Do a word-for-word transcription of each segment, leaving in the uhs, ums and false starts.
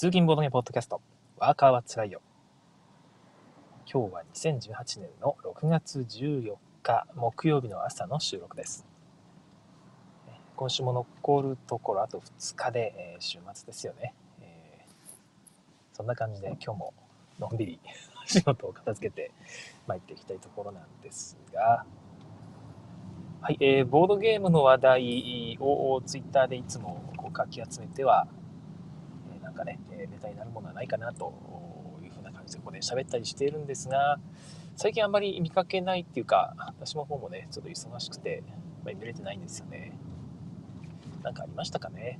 通勤ボードゲームポッドキャスト、ワーカーはつらいよ。今日はにせんじゅうはちねんのろくがつじゅうよっか木曜日の朝の収録です。今週も残るところあとふつかで、えー、週末ですよね、えー、そんな感じで今日ものんびり仕事を片付けて参っていきたいところなんですが、はい、えー、ボードゲームの話題をツイッターでいつもこうかき集めてはなんかね、ネタになるものはないかなというふうな感じでここで喋ったりしているんですが、最近あんまり見かけないっていうか、私の方もねちょっと忙しくて、まあ、見れてないんですよね。なんかありましたかね。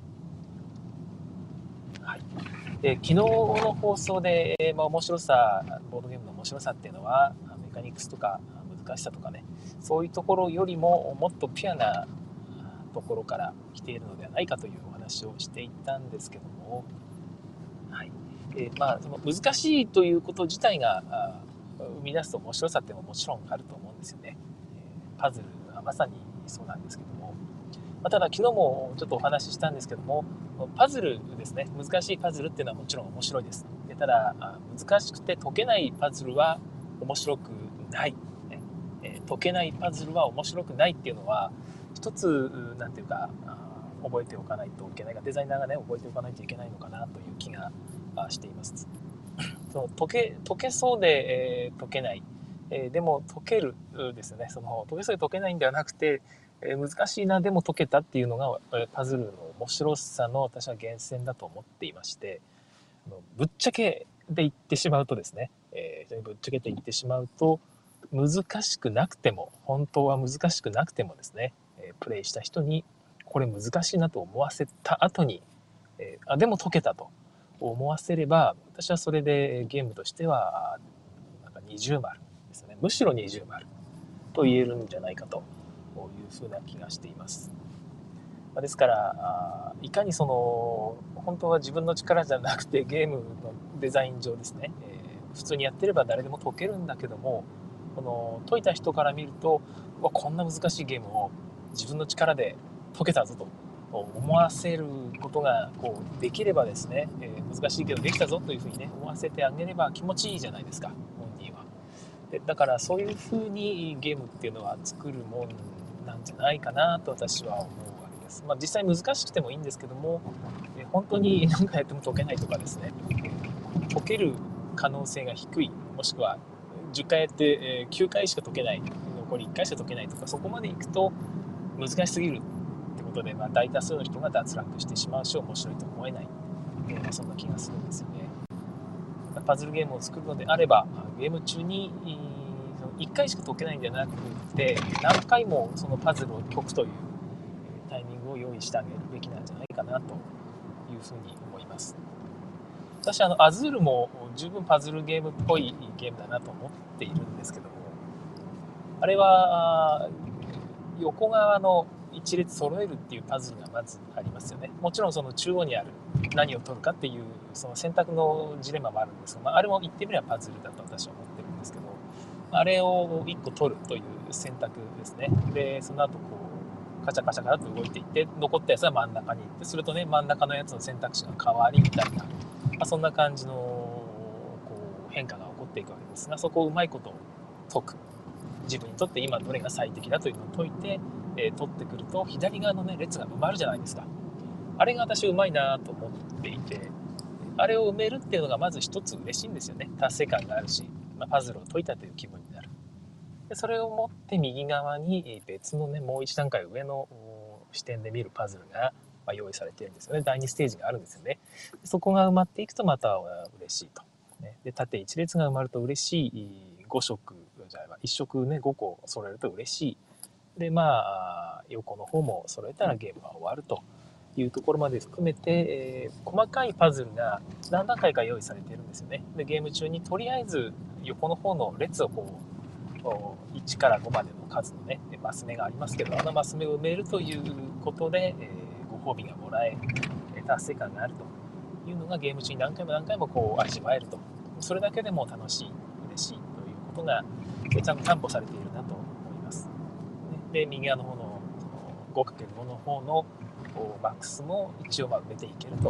はい。で、昨日の放送で、まあ、面白さ、ボードゲームの面白さっていうのはメカニクスとか難しさとかね、そういうところよりももっとピュアなところから来ているのではないかというお話をしていたんですけども、はい。えー、まあその難しいということ自体が生み出す面白さっていうのももちろんあると思うんですよね。えー、パズルはまさにそうなんですけども、まあ、ただ昨日もちょっとお話ししたんですけども、パズルですね、難しいパズルっていうのはもちろん面白いです。でただ難しくて解けないパズルは面白くない、ねえー、解けないパズルは面白くないっていうのは一つなんていうか覚えておかないといけないが、デザイナーがね覚えておかないといけないのかなという気がしています。その解け解けそうで、えー、解けない、えー、でも解けるですね。その解けそうで解けないんではなくて、えー、難しいなでも解けたっていうのが、えー、パズルの面白さの私は源泉だと思っていまして、ぶっちゃけで言ってしまうとですね、えー、ぶっちゃけて言ってしまうと難しくなくても、本当は難しくなくてもですね、えー、プレイした人にこれ難しいなと思わせた後に、えー、あでも解けたと思わせれば、私はそれでゲームとしてはなんか二重丸ですね。むしろ二重丸と言えるんじゃないかというふうな気がしています。ですからいかにその本当は自分の力じゃなくてゲームのデザイン上ですね、えー、普通にやってれば誰でも解けるんだけども、この解いた人から見ると、うわこんな難しいゲームを自分の力で解けたぞと思わせることがこうできればですね、えー、難しいけどできたぞというふうにね思わせてあげれば気持ちいいじゃないですか、本人は。でだからそういうふうにゲームっていうのは作るもんなんじゃないかなと私は思うわけです。まあ、実際難しくてもいいんですけども、え本当に何回やっても解けないとかですね、解ける可能性が低い、もしくはじゅっかいやってきゅうかいしか解けない、残りいっかいしか解けないとか、そこまでいくと難しすぎるってことで、まあ、大多数の人が脱落してしまうし面白いと思えない、えー、そんな気がするんですよね。パズルゲームを作るのであれば、ゲーム中にいっかいしか解けないんじゃなくて、何回もそのパズルを解くというタイミングを用意してあげるべきなんじゃないかなというふうに思います。私あのアズールも十分パズルゲームっぽいゲームだなと思っているんですけども、あれは横側の一列揃えるっていうパズルがまずありますよね。もちろんその中央にある何を取るかっていうその選択のジレンマもあるんですが、まあ、あれも言ってみればパズルだと私は思ってるんですけど、あれをいっこ取るという選択ですね。でその後こうカチャカチャカチャと動いていって、残ったやつが真ん中に行って、するとね真ん中のやつの選択肢が変わりみたいな、まあ、そんな感じのこう変化が起こっていくわけですが、そこをうまいこと解く、自分にとって今どれが最適だというのを解いて、えー、取ってくると左側のね列が埋まるじゃないですか。あれが私うまいなと思っていて、あれを埋めるっていうのがまず一つ嬉しいんですよね。達成感があるし、まあ、パズルを解いたという気分になる。でそれを持って右側に別のねもう一段階上の視点で見るパズルが用意されているんですよね。だいにステージがあるんですよね。そこが埋まっていくとまた嬉しいと。で縦一列が埋まると嬉しい、ご色じゃあいっ色ねごこ揃えると嬉しい。でまあ横の方も揃えたらゲームは終わるというところまで含めて、えー、細かいパズルが何段階か用意されているんですよね。でゲーム中にとりあえず横の方の列をこういちからごまでの数のねマス目がありますけど、あのマス目を埋めるということで、えー、ご褒美がもらえ、達成感があるというのがゲーム中に何回も何回もこう味わえると、それだけでも楽しい、嬉しいということがちゃんと担保されているなと思います。で右側の方の ごかけるご の方のマックスも一応まあ埋めていけると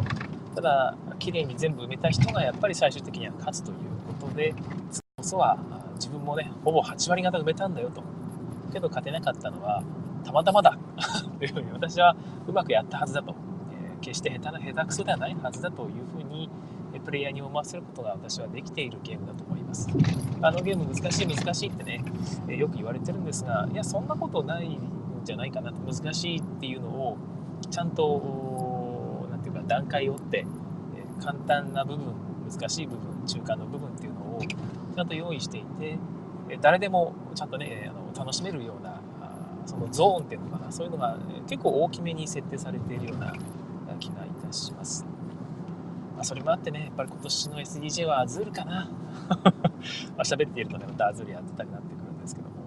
ただ綺麗に全部埋めた人がやっぱり最終的には勝つということで、そこそは自分もねほぼはち割方埋めたんだよと、けど勝てなかったのはたまたまだというふうに、私はうまくやったはずだと、えー、決して下手な下手くそではないはずだというふうにプレイヤーに思わせることが私はできているゲームだと思います。あのゲーム難しい難しいってね、えー、よく言われてるんですが、いやそんなことないんじゃないかなと。難しいっていうのをちゃんとなんていうか段階を追って、えー、簡単な部分、難しい部分、中間の部分っていうのをちゃんと用意していて、えー、誰でもちゃんとねあの楽しめるようなそのゾーンっていうのかな、そういうのが結構大きめに設定されているような気がいたします。まあ、それもあってね、やっぱり今年の エスディージェー はアズールかなまあ喋っているとねまたアズールやってたりなってくるんですけども、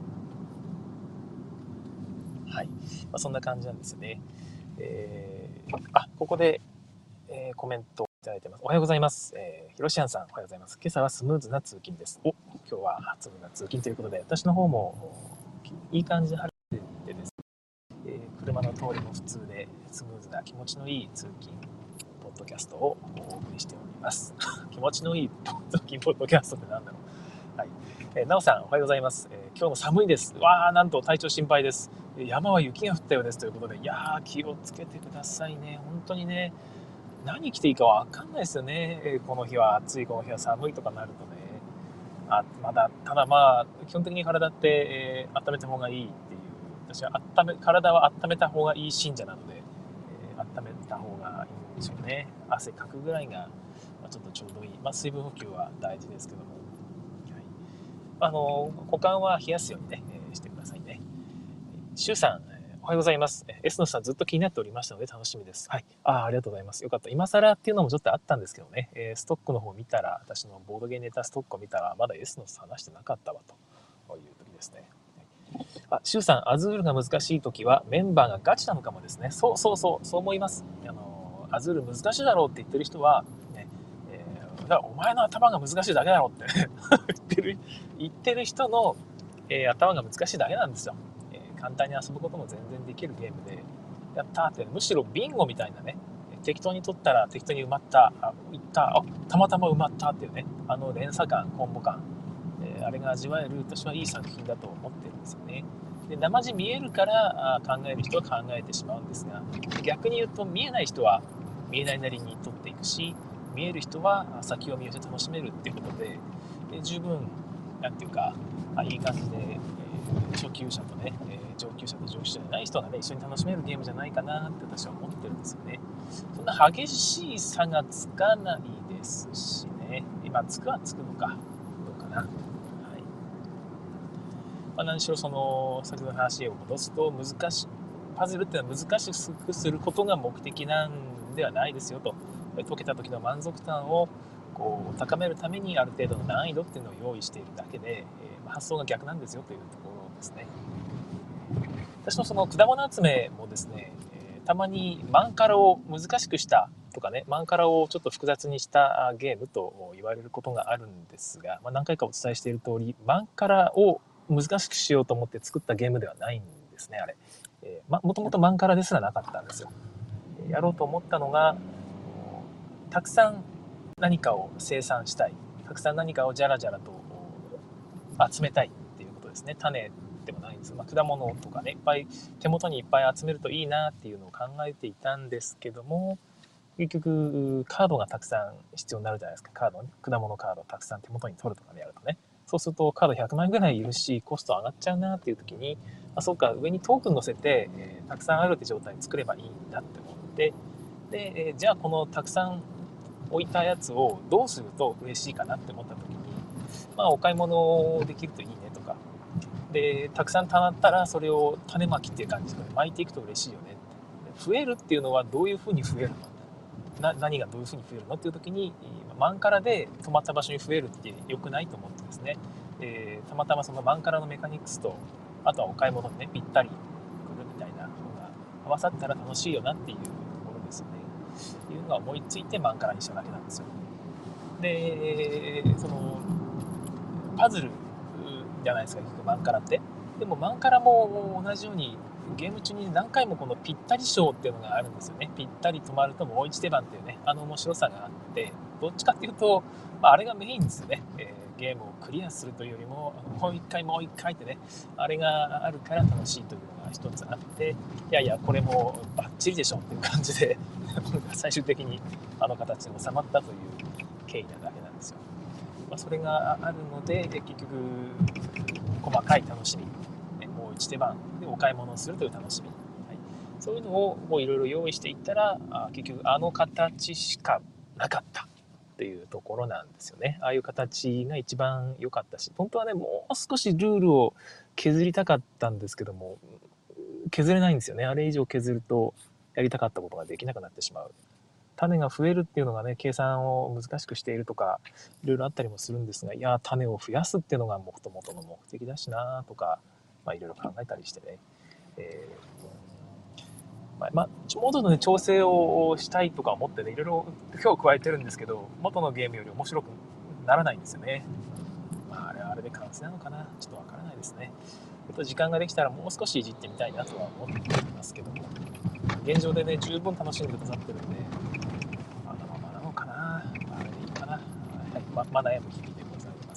はい、まあ、そんな感じなんですよね。えー、あここで、えー、コメントをいただいてます。おはようございます、えー、ひろしあんさんおはようございます。今朝はスムーズな通勤です。お今日はスムーズな通勤ということで、私の方もいい感じで晴れてですね、えー、車の通りも普通でスムーズな気持ちのいい通勤ポッドキャストをお送りしております気持ちのいい通勤ポッドキャストってなんだろう。はい、えー、なおさんおはようございます、えー、今日も寒いです。わーなんと体調心配です。山は雪が降ったようですということで、いやー気をつけてくださいね。本当にね、何着ていいか分かんないですよね、えー、この日は暑い、この日は寒いとかなるとね。あまだただまあ基本的に体って、えー、温めた方がいいっていう、私は温め体は温めた方がいい信者なので、えー、温めた方がいいんでしょうね。汗かくぐらいが、まあ、ちょっとちょうどいい、まあ、水分補給は大事ですけども、はい、あの股間は冷やすようにね、えー、してくださいね。シュウさん、えー、おはようございます。エスノさんずっと気になっておりましたので楽しみです。はい、あありがとうございます。よかった。今更っていうのもちょっとあったんですけどね、えー、ストックの方見たら、私のボードゲーネタストックを見たらまだエスノス話してなかったわという時ですね。あ、シュウさん、アズールが難しい時はメンバーがガチなのかもですね。そうそうそう、そう思います。あのアズール難しいだろうって言ってる人は、ねえー、だからお前の頭が難しいだけだろうって、ね、言ってる言ってる人の、えー、頭が難しいだけなんですよ。えー、簡単に遊ぶことも全然できるゲームで、やったーって、むしろビンゴみたいなね、適当に取ったら適当に埋まった、あ、いった、あ、たまたま埋まったっていうね、あの連鎖感、コンボ感、えー、あれが味わえる、私はいい作品だと思ってるんですよね。で生地見えるから考える人は考えてしまうんですが、逆に言うと見えない人は見えないなりに取っていくし、見える人は先を見寄せ楽しめるっていうことで、で十分なんていうか、あいい感じで、えー、初級者とね、えー、上級者と上級者じゃない人がね一緒に楽しめるゲームじゃないかなって私は思ってるんですよね。そんな激しい差がつかないですしね。今つくはつくのかどうかな。まあ、何しろその先ほどの話を戻すと、難しいパズルっていうのは難しくすることが目的なんではないですよと。解けた時の満足感をこう高めるためにある程度の難易度っていうのを用意しているだけで、えー、発想が逆なんですよというところですね。私のその果物集めもですね、えー、たまにマンカラを難しくしたとかね、マンカラをちょっと複雑にしたゲームと言われることがあるんですが、まあ、何回かお伝えしている通り、マンカラを難しくしようと思って作ったゲームではないんですね、あれ。えー、ま、もともとマンカラですらなかったんですよ。やろうと思ったのが、たくさん何かを生産したい。たくさん何かをじゃらじゃらと集めたいっていうことですね。種でもないんです。まあ、果物とかね、いっぱい手元にいっぱい集めるといいなっていうのを考えていたんですけども、結局カードがたくさん必要になるじゃないですか。カードね、果物カードをたくさん手元に取るとかでやるとね。そうするとカードひゃくまいぐらいいるし、コスト上がっちゃうなっていう時に、あ、そうか、上にトークン乗せて、えー、たくさんあるって状態に作ればいいんだって思って、で、えー、じゃあこのたくさん置いたやつをどうすると嬉しいかなって思った時に、まあお買い物できるといいねとか、でたくさん溜まったらそれを種まきっていう感じで巻いていくと嬉しいよねって。増えるっていうのはどういうふうに増えるの、な何がどういうふうに増えるのっていう時に、マンカラで止まった場所に増えるって良くないと思ってですね、えー、たまたまそのマンカラのメカニクスと、あとはお買い物にねぴったりくるみたいなのが合わさったら楽しいよなっていうところですよね。いうのが思いついてマンカラにしただけなんですよ。でそのパズルじゃないですか、結局マンカラって。でもマンカラも同じようにゲーム中に何回もこのぴったり賞っていうのがあるんですよね。ぴったり止まるともう一手番っていうね、あの面白さがあって、どっちかっていうと、まあ、あれがメインですよね、えー、ゲームをクリアするというよりも、もう一回もう一回ってね、あれがあるから楽しいというのが一つあって、いやいや、これもバッチリでしょっていう感じで、最終的にあの形に収まったという経緯なだけなんですよ。まあ、それがあるので、結局、細かい楽しみ、もう一手番でお買い物をするという楽しみ、はい、そういうのをいろいろ用意していったら、あ結局あの形しかなかったっていうところなんですよね。ああいう形が一番良かったし、本当はね、もう少しルールを削りたかったんですけども、削れないんですよね。あれ以上削るとやりたかったことができなくなってしまう。種が増えるっていうのがね、計算を難しくしているとか、いろいろあったりもするんですが、いや、種を増やすっていうのがもともとの目的だしなとか、まあ、いろいろ考えたりしてね、えーまあ、まあ、もうちょっとね、調整をしたいとか思ってね、いろいろ手を加えてるんですけど、元のゲームより面白くならないんですよね。まあ、あれはあれで完成なのかな、ちょっとわからないですね。ちょっと時間ができたらもう少しいじってみたいなとは思っていますけども、現状でね、十分楽しんでくださってるんで、あのままなのかな、あれでいいかな、はい、ま、まあ、悩む日々でございます。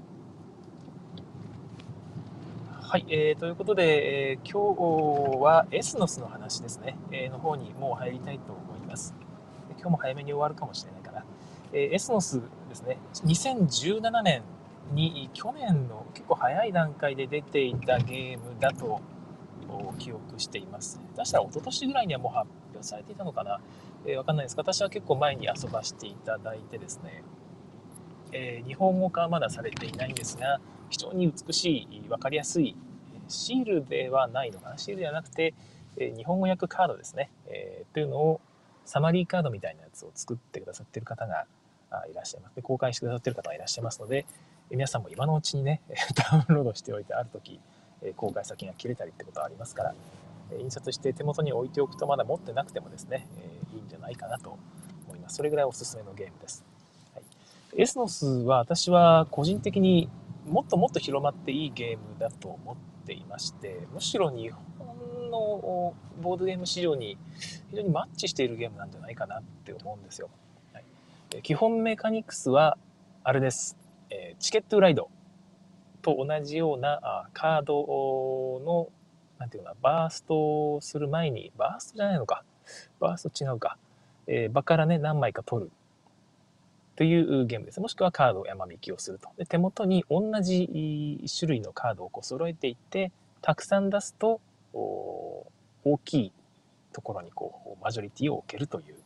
はい、えー、ということで、えー、今日はエスノスの話ですね、えー、の方にもう入りたいと思います。今日も早めに終わるかもしれないかな。えー、エスノスですね、にせんじゅうななねんに去年の結構早い段階で出ていたゲームだと記憶しています。出したら一昨年ぐらいにはもう発表されていたのかな、えー、わかんないです。私は結構前に遊ばしていただいてですね、えー、日本語化はまだされていないんですが、非常に美しい、分かりやすい、シールではないのかな、シールではなくて、えー、日本語訳カードですね、えー、というのをサマリーカードみたいなやつを作ってくださっている方がいらっしゃいます。で、公開してくださっている方がいらっしゃいますので、皆さんも今のうちにね、ダウンロードしておいて、ある時公開先が切れたりってことはありますから、印刷して手元に置いておくと、まだ持ってなくてもですね、いいんじゃないかなと思います。それぐらいおすすめのゲームです。はい、エスノスは私は個人的にもっともっと広まっていいゲームだと思っていまして、むしろ日本のボードゲーム市場に非常にマッチしているゲームなんじゃないかなって思うんですよ。はい、基本メカニクスはあれです、えー、チケットライドと同じようなカードのなんていうかな、バーストする前に、バーストじゃないのか、バースト違うか、えー、場からね何枚か取るというゲームです。もしくはカードを山引きをすると。で、手元に同じ種類のカードをこう揃えていって、たくさん出すと大きいところにこうマジョリティを置けるという、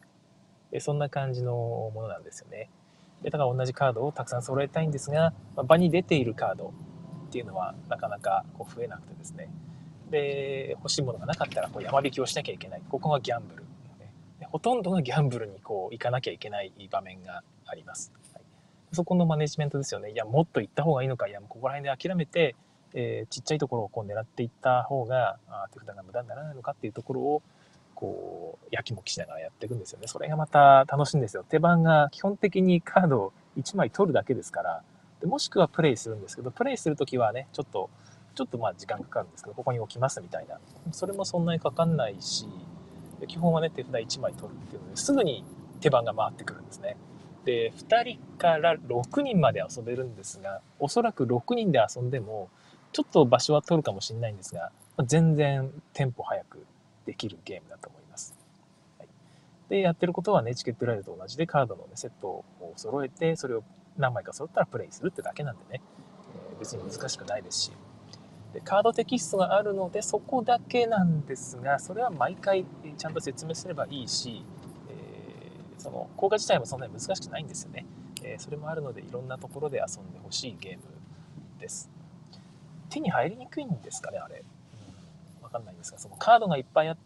そんな感じのものなんですよね。で、だから同じカードをたくさん揃えたいんですが、場に出ているカードっていうのはなかなかこう増えなくてですね。で、欲しいものがなかったらこう山引きをしなきゃいけない。ここがギャンブル。ほとんどがギャンブルにこう行かなきゃいけない場面があります。はい、そこのマネジメントですよね。いや、もっと行った方がいいのか、いや、もうここら辺で諦めて、えー、ちっちゃいところをこう狙っていった方が、あ手札が無駄にならないのかっていうところを、こう、やきもきしながらやっていくんですよね。それがまた楽しいんですよ。手番が基本的にカードをいちまい取るだけですから、でもしくはプレイするんですけど、プレイするときはね、ちょっと、ちょっとまあ時間かかるんですけど、ここに置きますみたいな。それもそんなにかかんないし、基本はね、手札いちまい取るっていうのですぐに手番が回ってくるんですね。で、ふたりからろくにんまで遊べるんですが、おそらくろくにんで遊んでも、ちょっと場所は取るかもしれないんですが、全然テンポ早くできるゲームだと思います。はい、で、やってることはね、チケットライドと同じでカードの、ね、セットを揃えて、それを何枚か揃ったらプレイするってだけなんでね、えー、別に難しくないですし、でカードテキストがあるのでそこだけなんですが、それは毎回ちゃんと説明すればいいし、えー、その効果自体もそんなに難しくないんですよね。えー、それもあるのでいろんなところで遊んでほしいゲームです。手に入りにくいんですかね、あれ。うん、わかんないんですが、そのカードがいっぱいあって、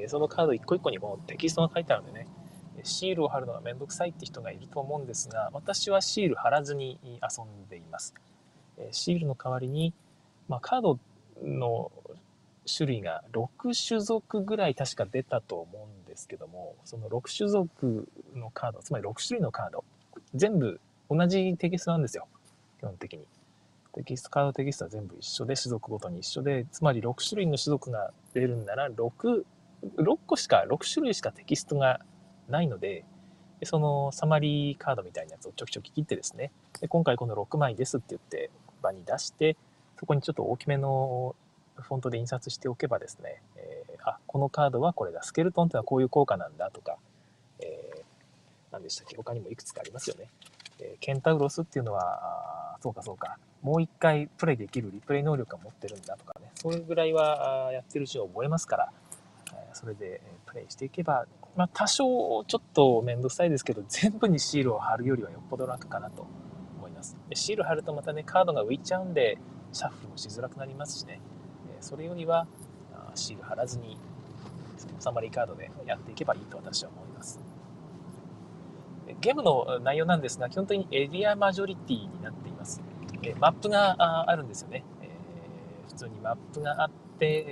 そのカード一個一個にもテキストが書いてあるんでね、シールを貼るのがめんどくさいって人がいると思うんですが、私はシール貼らずに遊んでいます。シールの代わりに、まあ、カードの種類がろく種族ぐらい確か出たと思うんですけども、そのろく種族のカード、つまりろく種類のカード、全部同じテキストなんですよ、基本的に。 テキストカードテキストは全部一緒で、種族ごとに一緒で、つまりろく種類の種族が出るんなら 6, 6個しかろく種類しかテキストがないので、そのサマリーカードみたいなやつをちょきちょき切ってですね、で今回このろくまいですって言って場に出して、そこにちょっと大きめのフォントで印刷しておけばですね、えー、あ、このカードはこれだ、スケルトンってのはこういう効果なんだとか、えー、何でしたっけ、他にもいくつかありますよね。えー、ケンタウロスっていうのは、あそうかそうか、もう一回プレイできるリプレイ能力が持ってるんだとかね、それぐらいはやってるうちに覚えますから、それでプレイしていけば、まあ、多少ちょっと面倒くさいですけど、全部にシールを貼るよりはよっぽど楽かなと思います。シール貼るとまたね、カードが浮いちゃうんで、シャッフルもしづらくなりますしね、それよりはシール貼らずに、サマリーカードでやっていけばいいと私は思います。ゲームの内容なんですが、基本的にエリアマジョリティになっています。マップがあるんですよね。普通にマップがあって、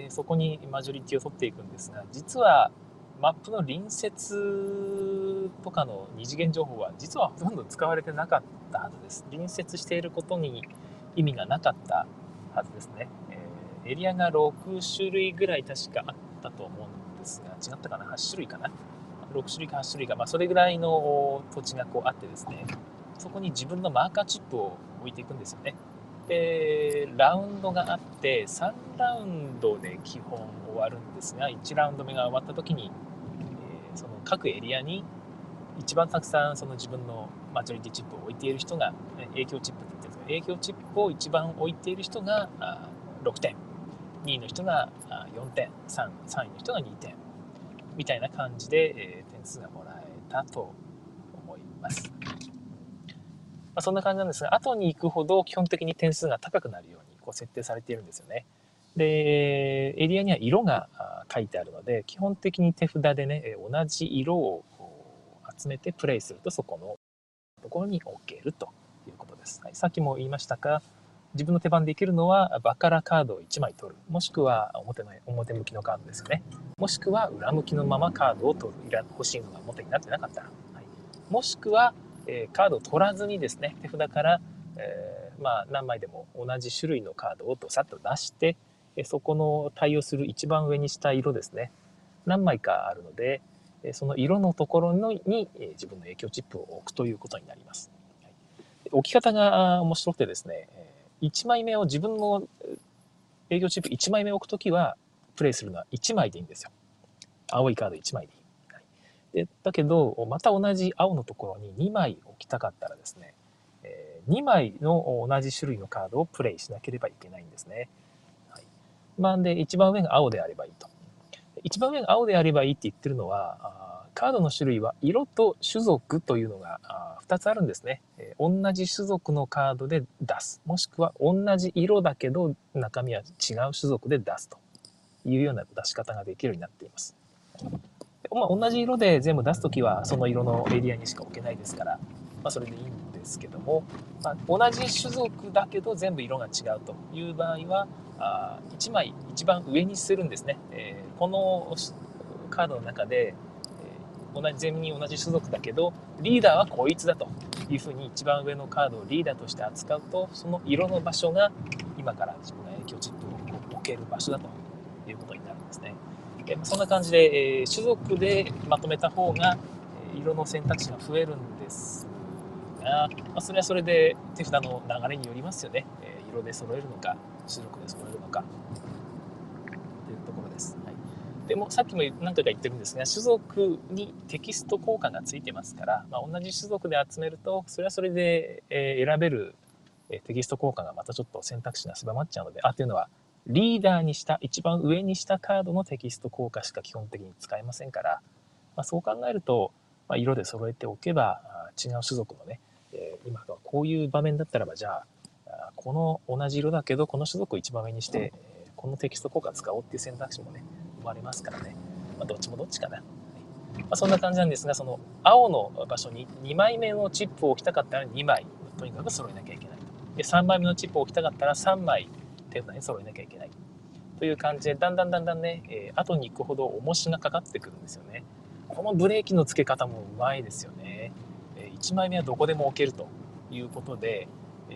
そこにマジョリティを取っていくんですが、実はマップの隣接とかの二次元情報は実はほとんど使われてなかったはずです。隣接していることに意味がなかったはずですね。エリアがろく種類ぐらい確かあったと思うんですが、違ったかな、はち種類かな。ろく種類かはち種類か、まあ、それぐらいの土地がこうあってですね、そこに自分のマーカーチップを置いていくんですよね。で、ラウンドがあって、さんラウンドで基本終わるんですが、いちラウンド目が終わった時に、えー、その各エリアに一番たくさんその自分のマジョリティチップを置いている人が、影響チップって言ってるんですけど、影響チップを一番置いている人がろくてん、にいの人がよんてん、3, さんいの人がにてんみたいな感じで、えー、点数がもらえたと思います。まあ、そんな感じなんですが、後に行くほど基本的に点数が高くなるようにこう設定されているんですよね。で、エリアには色が書いてあるので、基本的に手札でね、同じ色を集めてプレイするとそこのところに置けるということです。はい、さっきも言いましたが、自分の手番でいけるのは場からカードをいちまい取る、もしくは 表, の表向きのカードですよね、もしくは裏向きのままカードを取る、欲しいのが表になってなかったら、はい、もしくは、えー、カードを取らずにですね、手札から、えー、まあ何枚でも同じ種類のカードをドサッと出して、そこの対応する一番上にした色ですね、何枚かあるので、その色のところに自分の影響チップを置くということになります。置き方が面白くてですね、いちまいめを自分の営業チップいちまいめ置くときはプレイするのはいちまいでいいんですよ。青いカードいちまいでいい。はい、でだけどまた同じ青のところににまい置きたかったらですね、にまいの同じ種類のカードをプレイしなければいけないんですね。はい、まあ、で一番上が青であればいいと。一番上が青であればいいって言ってるのは、カードの種類は色と種族というのがふたつあるんですね。同じ種族のカードで出す、もしくは同じ色だけど中身は違う種族で出すというような出し方ができるようになっています。まあ、同じ色で全部出すときはその色のエリアにしか置けないですから、まあ、それでいいんですけども、まあ、同じ種族だけど全部色が違うという場合は、あいちまい一番上にするんですね。えー、このカードの中で、えー、同じ全員に同じ種族だけどリーダーはこいつだというふうに一番上のカードをリーダーとして扱うと、その色の場所が今から自分の影響チップを置ける場所だということになるんですね。そんな感じで、えー、種族でまとめた方が色の選択肢が増えるんですが、まあ、それはそれで手札の流れによりますよね。えー、色で揃えるのか種族で揃えるのかというところです。はい、でもさっきも何回か言ってるんですが、種族にテキスト効果がついてますから、まあ、同じ種族で集めるとそれはそれで、えー、選べるテキスト効果がまたちょっと選択肢が狭まっちゃうので、あというのはリーダーにした一番上にしたカードのテキスト効果しか基本的に使えませんから、まあ、そう考えると、まあ、色で揃えておけば違う種族のね、えー、今はこういう場面だったらば、じゃあこの同じ色だけどこの種族を一番上にして、えー、このテキスト効果使おうっていう選択肢もね生まれますからね、まあ、どっちもどっちかな。まあ、そんな感じなんですが、その青の場所ににまいめのチップを置きたかったらにまいとにかく揃えなきゃいけない。でさんまいめのチップを置きたかったらさんまい手札に揃えなきゃいけないという感じで、だんだんだんだんね、えー、後に行くほど重しがかかってくるんですよね。このブレーキの付け方もうまいですよね。えー、いちまいめはどこでも置けるということで、えー、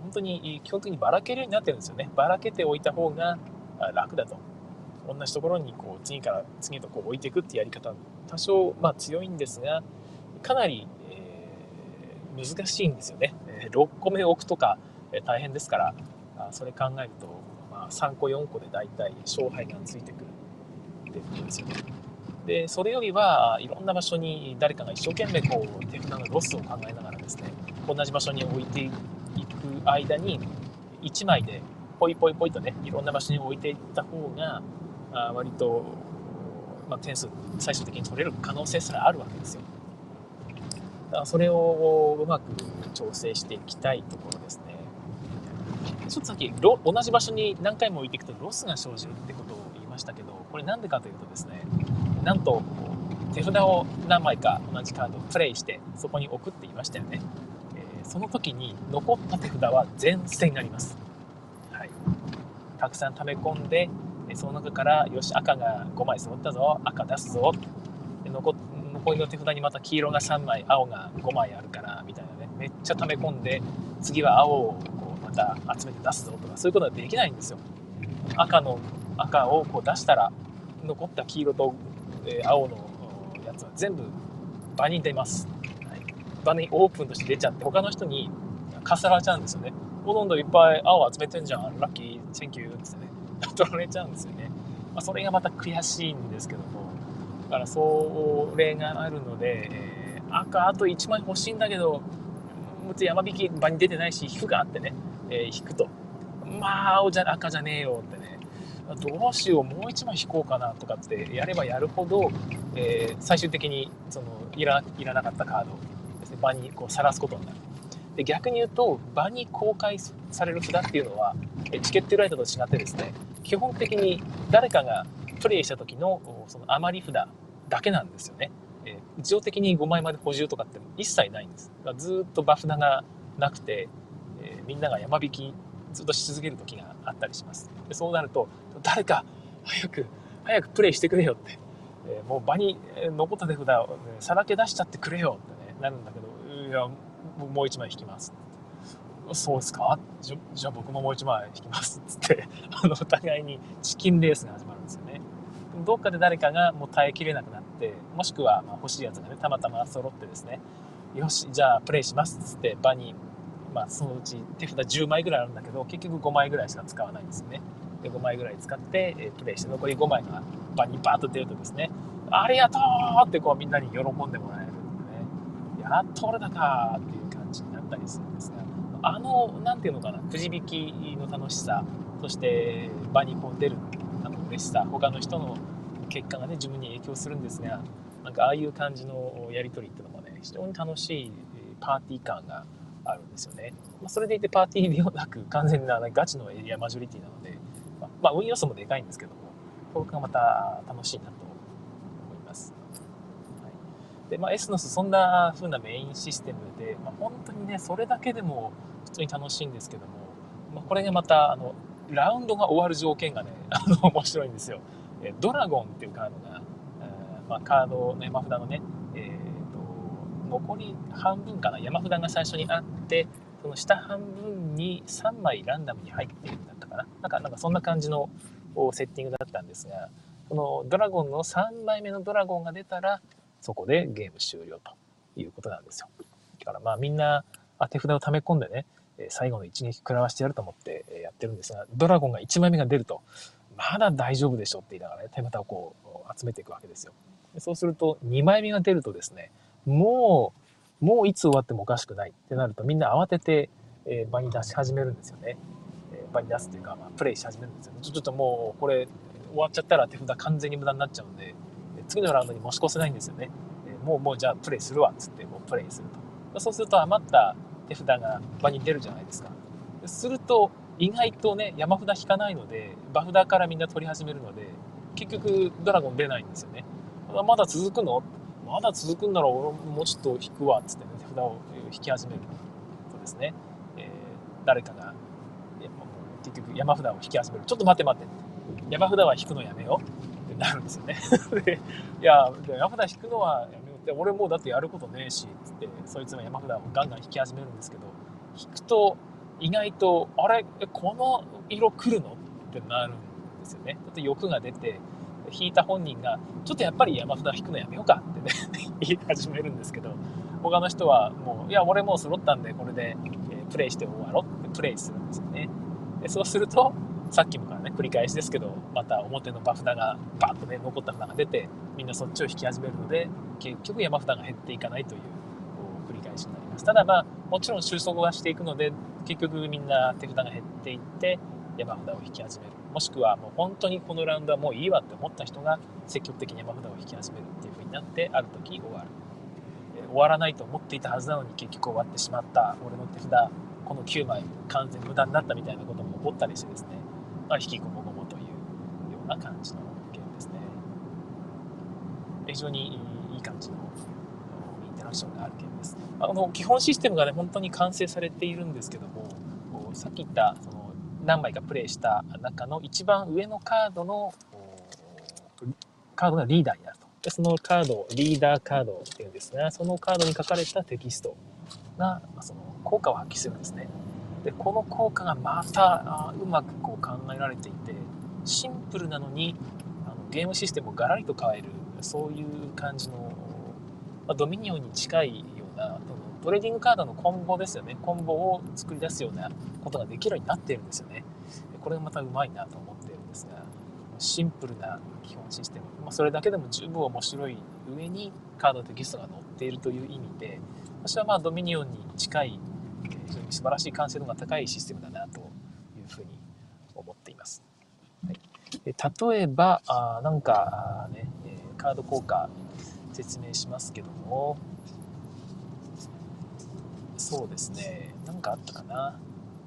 本当に基本的にばらけるようになってるんですよね。ばらけておいた方が楽だと。同じところにこう次から次へとこう置いていくってやり方、多少まあ強いんですが、かなり、えー、難しいんですよね。ろっこめ置くとか、えー、大変ですから、それ考えると、まあ、さんこよんこでだいたい勝敗がついてくるっていうことですよね。でそれよりはいろんな場所に誰かが一生懸命こう手札のロスを考えながらですね、同じ場所に置いていく間にいちまいでポイポイポイとね、いろんな場所に置いていった方が割と、まあ、点数最終的に取れる可能性すらあるわけですよ。だからそれをうまく調整していきたいところですね。ちょっとさっき同じ場所に何回も置いていくとロスが生じるってことを言いましたけど、これなんでかというとですね、なんと手札を何枚か同じカードをプレイしてそこに置くって言いましたよね。えー、その時に残った手札は全捨てになります。はい、たくさん溜め込んで、その中からよし赤がごまい揃ったぞ、赤出すぞ、で 残, 残りの手札にまた黄色がさんまい、青がごまいあるからみたいなね、めっちゃ溜め込んで次は青をこうまた集めて出すぞとか、そういうことはできないんですよ。赤の赤をこう出したら残った黄色と、えー、青のやつは全部場に出ます。はい、場にオープンとして出ちゃって他の人にかさられちゃうんですよね。ほとんどいっぱい青集めてんじゃん、ラッキーセンキューってね取られちゃうんですよね。まあ、それがまた悔しいんですけども、だからそれがあるので、えー、赤あといちまい欲しいんだけど山引き場に出てないし引くかってね、えー、引くとまあ青じゃ赤じゃねえよってね、どうしようもういちまい引こうかなとかってやればやるほど、えー、最終的にそのいら、いらなかったカードをですね、場にこう晒すことになる。で逆に言うと場に公開される札っていうのはチケットライトと違ってですね、基本的に誰かがプレイした時のその余り札だけなんですよね。えー、自動的にごまいまで補充とかって一切ないんです。だからずっと場札がなくて、えー、みんなが山引きずっとし続ける時があったりします。でそうなると誰か早く早くプレイしてくれよって、えー、もう場に残った手札をさらけ出しちゃってくれよって、ね、なるんだけど、いやもう一枚引きます。そうですか、じゃ、じゃあ僕ももう一枚引きますっつってあのお互いにチキンレースが始まるんですよね。どっかで誰かがもう耐えきれなくなって、もしくはまあ欲しいやつがねたまたま揃ってですね、よしじゃあプレイしますっつって場に、まあ、そのうち手札じゅうまいぐらいあるんだけど結局ごまいぐらいしか使わないんですよね。でごまいぐらい使って、えー、プレイして残りごまいが場にバーッと出るとですね、ありがとうってこうみんなに喜んでもらえるんでね、やっと俺だかっていう感じになったりするんですが、あのなんていうのかな、くじ引きの楽しさ、そして場にこう出るあの嬉しさ、他の人の結果がね自分に影響するんですが、なんかああいう感じのやり取りっていうのもね非常に楽しいパーティー感があるんですよね。それでいてパーティーではなく完全なガチのエリアマジョリティなので、まあ運要素もでかいんですけども、これがまた楽しいなと思います。はい、でまあ、エスノスそんな風なメインシステムで、まあ、本当にねそれだけでも普通に楽しいんですけども、まあ、これがまたあのラウンドが終わる条件がねあの面白いんですよ。ドラゴンっていうカードが、えーまあ、カードの山札のね、えー、と残り半分かな、山札が最初にあってその下半分にさんまいランダムに入っているんだったかな、なんかなんかそんな感じのセッティングだったんですが、そのドラゴンのさんまいめのドラゴンが出たらそこでゲーム終了ということなんですよ。だからまあみんな手札を溜め込んでね、最後の一撃食らわしてやると思ってやってるんですが、ドラゴンがいちまいめが出るとまだ大丈夫でしょって言いながらね手札をこう集めていくわけですよ。そうするとにまいめが出るとですね、もうもういつ終わってもおかしくないってなるとみんな慌てて場に出し始めるんですよね。場に出すっていうか、まあ、プレイし始めるんですよね。ちょっともうこれ終わっちゃったら手札完全に無駄になっちゃうんで次のラウンドに持ち越せないんですよね。もうもうじゃあプレイするわっつってもうプレイすると、そうすると余った手札が場に出るじゃないですか。すると意外とね山札引かないので場札からみんな取り始めるので結局ドラゴン出ないんですよね。まだ続くの？まだ続くんなら俺もうちょっと引くわっつって、ね、手札を引き始めるとですね、えー、誰かが結局山札を引き始める。ちょっと待って待って、山札は引くのやめようってなるんですよねでいや山札引くのはやめようって、俺もうだってやることねえしっつってそいつの山札をガンガン引き始めるんですけど、引くと意外と、あれ、この色来るのってなるんですよね。だって欲が出て、引いた本人が、ちょっとやっぱり山札引くのやめようかってね、言い始めるんですけど、他の人はもう、いや、俺もう揃ったんで、これで、えープレイして終わろうってプレイするんですよね。でそうすると、さっきもからね、繰り返しですけど、また表の場札がバーッとね、残った札が出て、みんなそっちを引き始めるので、結局山札が減っていかないという繰り返しになります。ただまあ、もちろん収束はしていくので、結局みんな手札が減っていって、山札を引き始める。もしくはもう本当にこのラウンドはもういいわって思った人が積極的に山札を引き始めるっていう風になって、ある時終わる。えー終わらないと思っていたはずなのに結局終わってしまった。俺の手札、このきゅうまい完全無駄になったみたいなことも起こったりしてですね、まあ、引きこもごもというような感じのゲームですね。非常にいい感じのインタラクションがあるゲームです。あの基本システムがね、本当に完成されているんですけども、さっき言ったその何枚かプレイした中の一番上のカードのカードがリーダーになると。でそのカード、リーダーカードっていうんですが、そのカードに書かれたテキストがその効果を発揮するんですね。でこの効果がまたうまくこう考えられていて、シンプルなのにあのゲームシステムをガラリと変える、そういう感じの、まあ、ドミニオンに近いようなトレーディングカードのコンボですよね。コンボを作り出すようなことができるようになっているんですよね。これがまたうまいなと思っているんですが、シンプルな基本システム、まあ、それだけでも十分面白い上にカードテキストが載っているという意味で、私はまあドミニオンに近い非常に素晴らしい完成度が高いシステムだなというふうに思っています。はい、例えばあなんか、ね、カード効果説明しますけども、そうですね、なんかあったかな、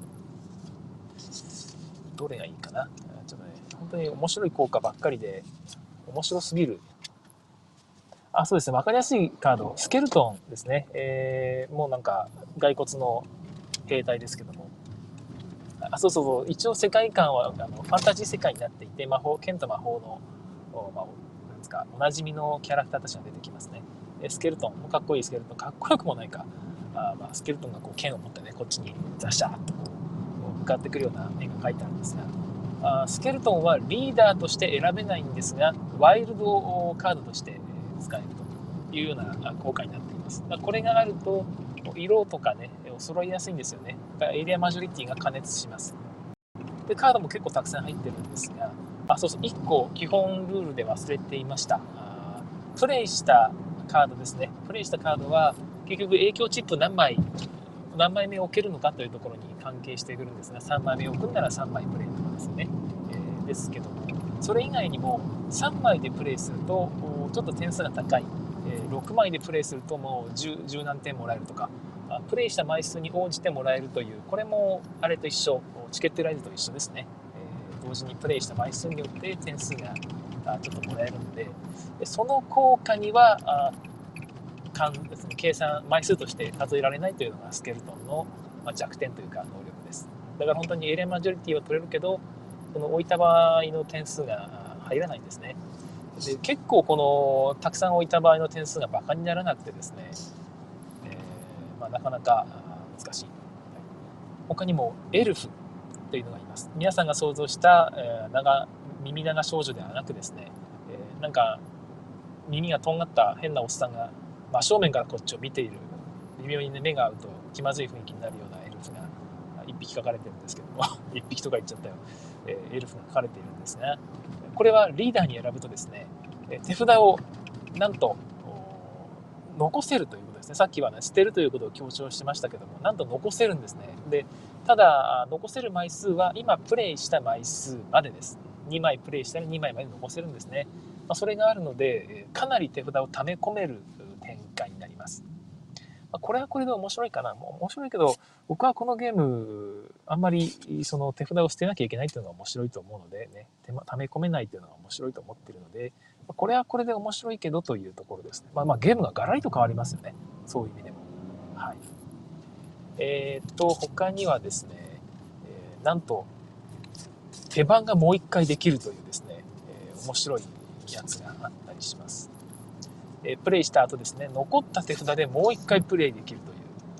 どれがいいかな、ちょっとね、本当に面白い効果ばっかりで面白すぎる。あ、そうですね、分かりやすいカード、スケルトンですね、えー、もうなんか骸骨の兵隊ですけども、あ、そうそうそう、一応世界観はあのファンタジー世界になっていて、魔法、剣と魔法の、まあ、なんですか、おなじみのキャラクターたちが出てきますね。スケルトンもかっこいいスケルトン、かっこよくもないか、あ、まあ、スケルトンがこう剣を持ってね、こっちにザシャーッとこう向かってくるような絵が描いてあるんですが、あ、スケルトンはリーダーとして選べないんですが、ワイルドカードとして使えるというような効果になっています。これがあると色とかね、揃いやすいんですよね。エリアマジョリティが加熱します。でカードも結構たくさん入ってるんですが、あ、そうそう、いっこ基本ルールで忘れていました。あ、プレイしたカードですね。プレイしたカードは結局影響チップ何枚何枚目置けるのかというところに関係してくるんですが、さんまいめ置くんならさんまいプレイとかですね、えー、ですけども、それ以外にもさんまいでプレイするとちょっと点数が高い、えー、ろくまいでプレイするともう 10, 10何点もらえるとか、プレイした枚数に応じてもらえるという、これもあれと一緒、チケットライズと一緒ですね、えー、同時にプレイした枚数によって点数がちょっともらえるので、その効果には計算枚数として数えられないというのがスケルトンの弱点というか能力です。だから本当にエリアマジョリティは取れるけど、その置いた場合の点数が入らないんですね。で結構このたくさん置いた場合の点数がバカにならなくてですね、えーまあ、なかなか難しい。他にもエルフというのがいます。皆さんが想像した、えー、長耳長少女ではなくですね、えー、なんか耳がとんがった変なおっさんが真正面からこっちを見ている、微妙に、ね、目が合うと気まずい雰囲気になるようなエルフがいっぴき描かれてるんですけどもいっぴきとか言っちゃったよ、えー、エルフが描かれているんですが、これはリーダーに選ぶとですね、手札をなんと残せるということですね。さっきはね、捨てるということを強調してましたけども、なんと残せるんですね。でただ残せる枚数は今プレイした枚数までです。にまいプレイしたらにまいまで残せるんですね。まあ、それがあるのでかなり手札を溜め込める展開になります。まあ、これはこれで面白いかな。もう面白いけど、僕はこのゲームあんまりその手札を捨てなきゃいけないっていうのが面白いと思うのでね、溜め込めないっていうのが面白いと思っているので、これはこれで面白いけどというところですね。まあ、まあゲームがガラリと変わりますよね、そういう意味でも。はい。えー、っと他にはですね、えー、なんと手番がもう一回できるというですね、えー、面白いやつがあったりします。えー、プレイした後ですね、残った手札でもう一回プレイできるという、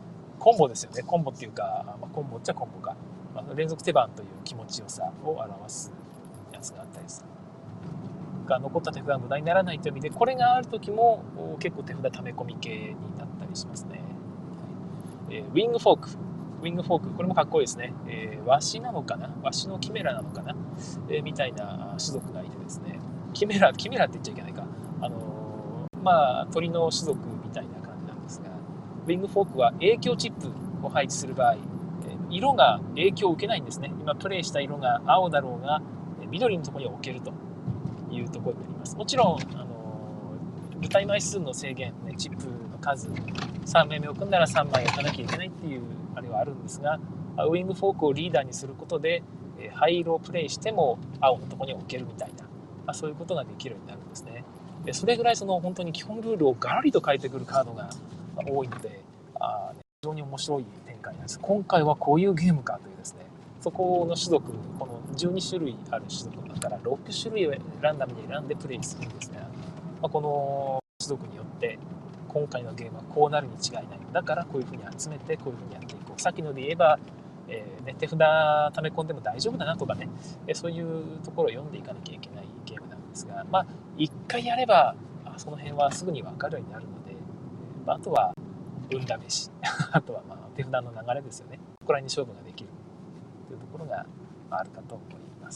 コンボですよね。コンボっていうか、まあ、コンボっちゃコンボか、まあ、連続手番という気持ちよさを表すやつがあったりする。が残った手札が無駄にならないという意味で、これがある時も結構手札溜め込み系になったりしますね。はい、えー、ウィングフォークウィングフォークこれもかっこいいですね。えー、ワシなのかな、ワシのキメラなのかな、えー、みたいな種族がいてですね、キメラキメラって言っちゃいけないか、あのー、まあ鳥の種族みたいな感じなんですが、ウィングフォークは影響チップを配置する場合、色が影響を受けないんですね。今プレイした色が青だろうが緑のところに置けるというところになります。もちろん、あの舞台枚数の制限、ね、チップの数さんまいめ置くんならさんまい置かなきゃいけないっていうあれはあるんですが、ウィングフォークをリーダーにすることで灰色をプレイしても青のところに置けるみたいな、まあ、そういうことができるようになるんですね。でそれぐらいその本当に基本ルールをガラリと変えてくるカードが多いので、あ非常に面白い展開なんです。今回はこういうゲームかというですね、そこの種族、このじゅうに種類ある種族の中からろく種類をランダムに選んでプレイするんですが、まあ、この種族によって今回のゲームはこうなるに違いない。だからこういうふうに集めてこういうふうにやっていこう。さっきので言えば、えーね、手札溜め込んでも大丈夫だなとかね、そういうところを読んでいかなきゃいけないゲームなんですが、まあ一回やればその辺はすぐに分かるようになるので、まあ、あとは運試しあとはまあ手札の流れですよね。ここら辺に勝負ができるというところがあるかと思います。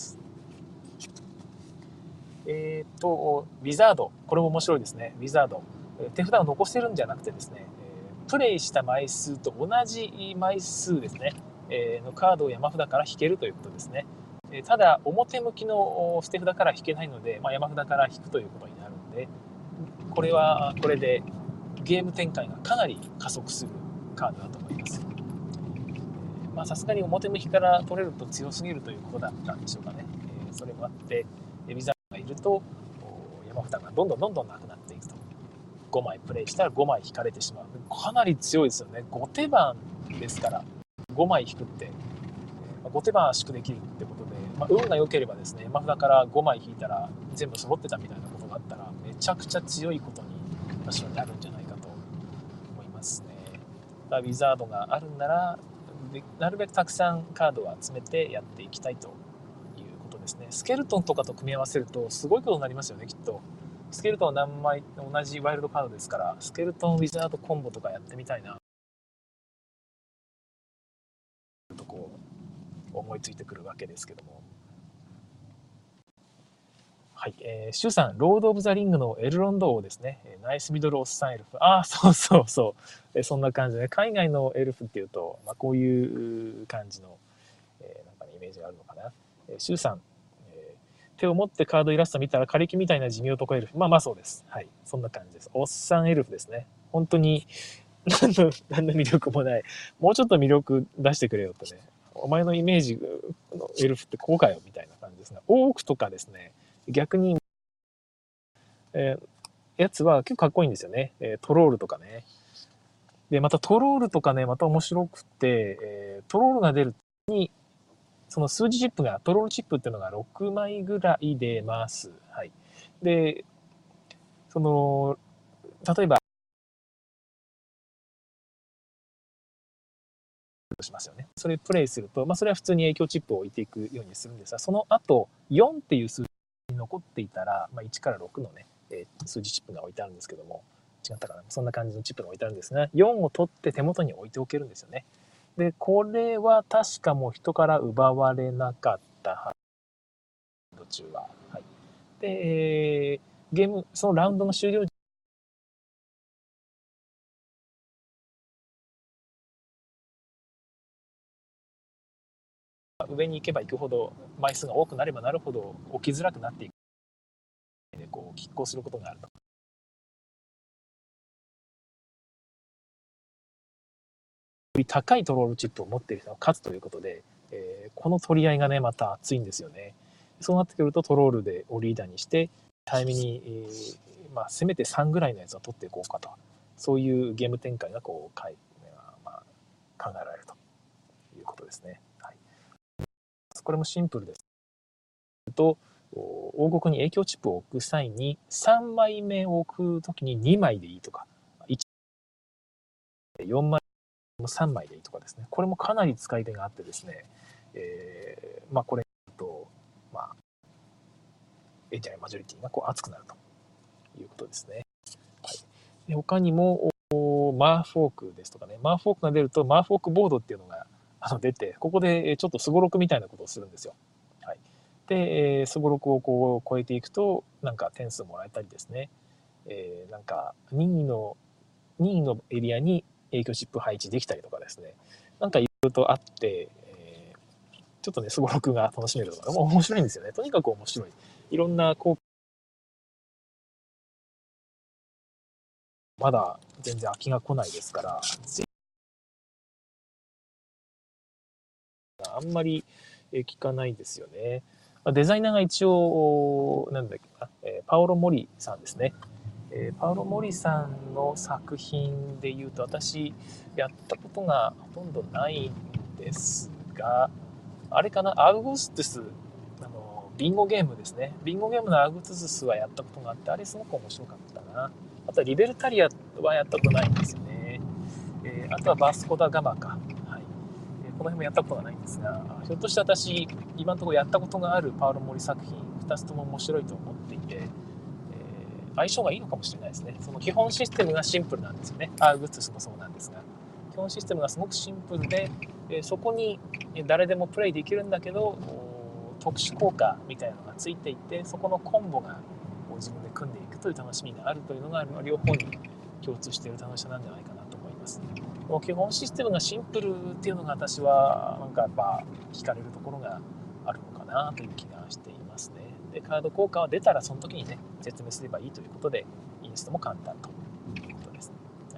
えっ、ー、とウィザード、これも面白いですね。ウィザード、手札を残せるんじゃなくてですね、プレイした枚数と同じ枚数ですね、えー、のカードを山札から引けるということですね。ただ表向きの捨て札から引けないので、まあ、山札から引くということになるので、これはこれでゲーム展開がかなり加速するカードだと思います。まあさすがに表向きから取れると強すぎるということだったんでしょうかね。えー、それもあってウィザードがいると山札がどんどんどんどんなくなっていくと。ごまいプレイしたらごまい引かれてしまう。かなり強いですよね。ご手番ですからごまい引くって、えー、ご手番圧縮できるってことで、まあ、運が良ければですね、山札からごまい引いたら全部揃ってたみたいなことがあったらめちゃくちゃ強いことに私はなるんじゃないかと思いますね。だウィザードがあるんならなるべくたくさんカードを集めてやっていきたいということですね。スケルトンとかと組み合わせるとすごいことになりますよね、きっと。スケルトンは何枚同じワイルドカードですから、スケルトンウィザードコンボとかやってみたいなとこう思いついてくるわけですけども。はい、えー、シュウさん、ロード・オブ・ザ・リングのエルロンド王ですね。ナイスミドル・オッサン・エルフ。ああ、そうそうそう。えそんな感じで、ね、海外のエルフっていうと、まあ、こういう感じの、えー、なんか、ね、イメージがあるのかな。えー、シュウさん、えー、手を持ってカードイラスト見たら、カリキみたいな地味男エルフ。まあまあそうです。はい。そんな感じです。オッサンエルフですね。本当に、何の、何の魅力もない。もうちょっと魅力出してくれよってね。お前のイメージのエルフってこうかよみたいな感じですが、オークとかですね、逆に、えー、やつは結構かっこいいんですよね。えー、トロールとかね。で、またトロールとかね、また面白くて、えー、トロールが出るに、その数字チップが、トロールチップっていうのがろくまいぐらい出ます。はい。で、その、例えば、しますよね。それプレイすると、まあ、それは普通に影響チップを置いていくようにするんですが、その後、よんっていう数字に残っていたら、まあ、いちからろくのね、えー、数字チップが置いてあるんですけども、違ったかな、そんな感じのチップが置いてあるんですが、よんを取って手元に置いておけるんですよね。で、これは確かもう人から奪われなかったはず、途中は。はい。で、えー、ゲーム、そのラウンドの終了時、上に行けば行くほど、枚数が多くなればなるほど起きづらくなっていくので、こう、拮抗することがあると。高いトロールチップを持っている人が勝つということで、えー、この取り合いがね、また熱いんですよね。そうなってくるとトロールでをリーダーにして、早めに、えー、まあ、せめてさんぐらいのやつを取っていこうかと。そういうゲーム展開がこう、かいまあ、考えられるということですね。はい、これもシンプルです。と王国に影響チップを置く際にさんまいめを置くときににまいでいいとか、よんまいさんまいでいいとかですね、これもかなり使い手があってですね、えー、まあこれと、まあ、エイチアイ マジョリティがこう熱くなるということですね。はい、で他にも、マーフォークですとかね、マーフォークが出ると、マーフォークボードっていうのがあの出て、ここでちょっとすごろくみたいなことをするんですよ。はい、で、すごろくをこう超えていくと、なんか点数もらえたりですね、えー、なんかにいの、にいのエリアに影響チップ配置できたりとかですね、なんかいろいろとあって、えー、ちょっとね、すごろくが楽しめるとか、面白いんですよね。とにかく面白い。いろんな効果、まだ全然飽きが来ないですから、あんまり聞かないですよね。デザイナーが一応、なんだっけな、パオロ・モリさんですね。パオロ・モリさんの作品でいうと、私、やったことがほとんどないんですが、あれかな、アウグストゥス、あの、ビンゴゲームですね。ビンゴゲームのアウグストゥスはやったことがあって、あれすごく面白かったな。あとはリベルタリアはやったことないんですよね。えー、あとはバースコダガマか。この辺もやったことがないんですが、ひょっとして私、今のところやったことがあるパウロ・モリ作品、ふたつとも面白いと思っていて、えー、相性がいいのかもしれないですね。その基本システムがシンプルなんですよね。アーグストゥスもそうなんですが、基本システムがすごくシンプルで、えー、そこに誰でもプレイできるんだけど、特殊効果みたいなのがついていて、そこのコンボが自分で組んでいくという楽しみがあるというのが両方に共通している楽しさなんじゃないかなと思います。基本システムがシンプルっていうのが私はなんかやっぱ惹かれるところがあるのかなという気がしていますね。でカード効果は出たらその時にね説明すればいいということでインストも簡単ということです。はい、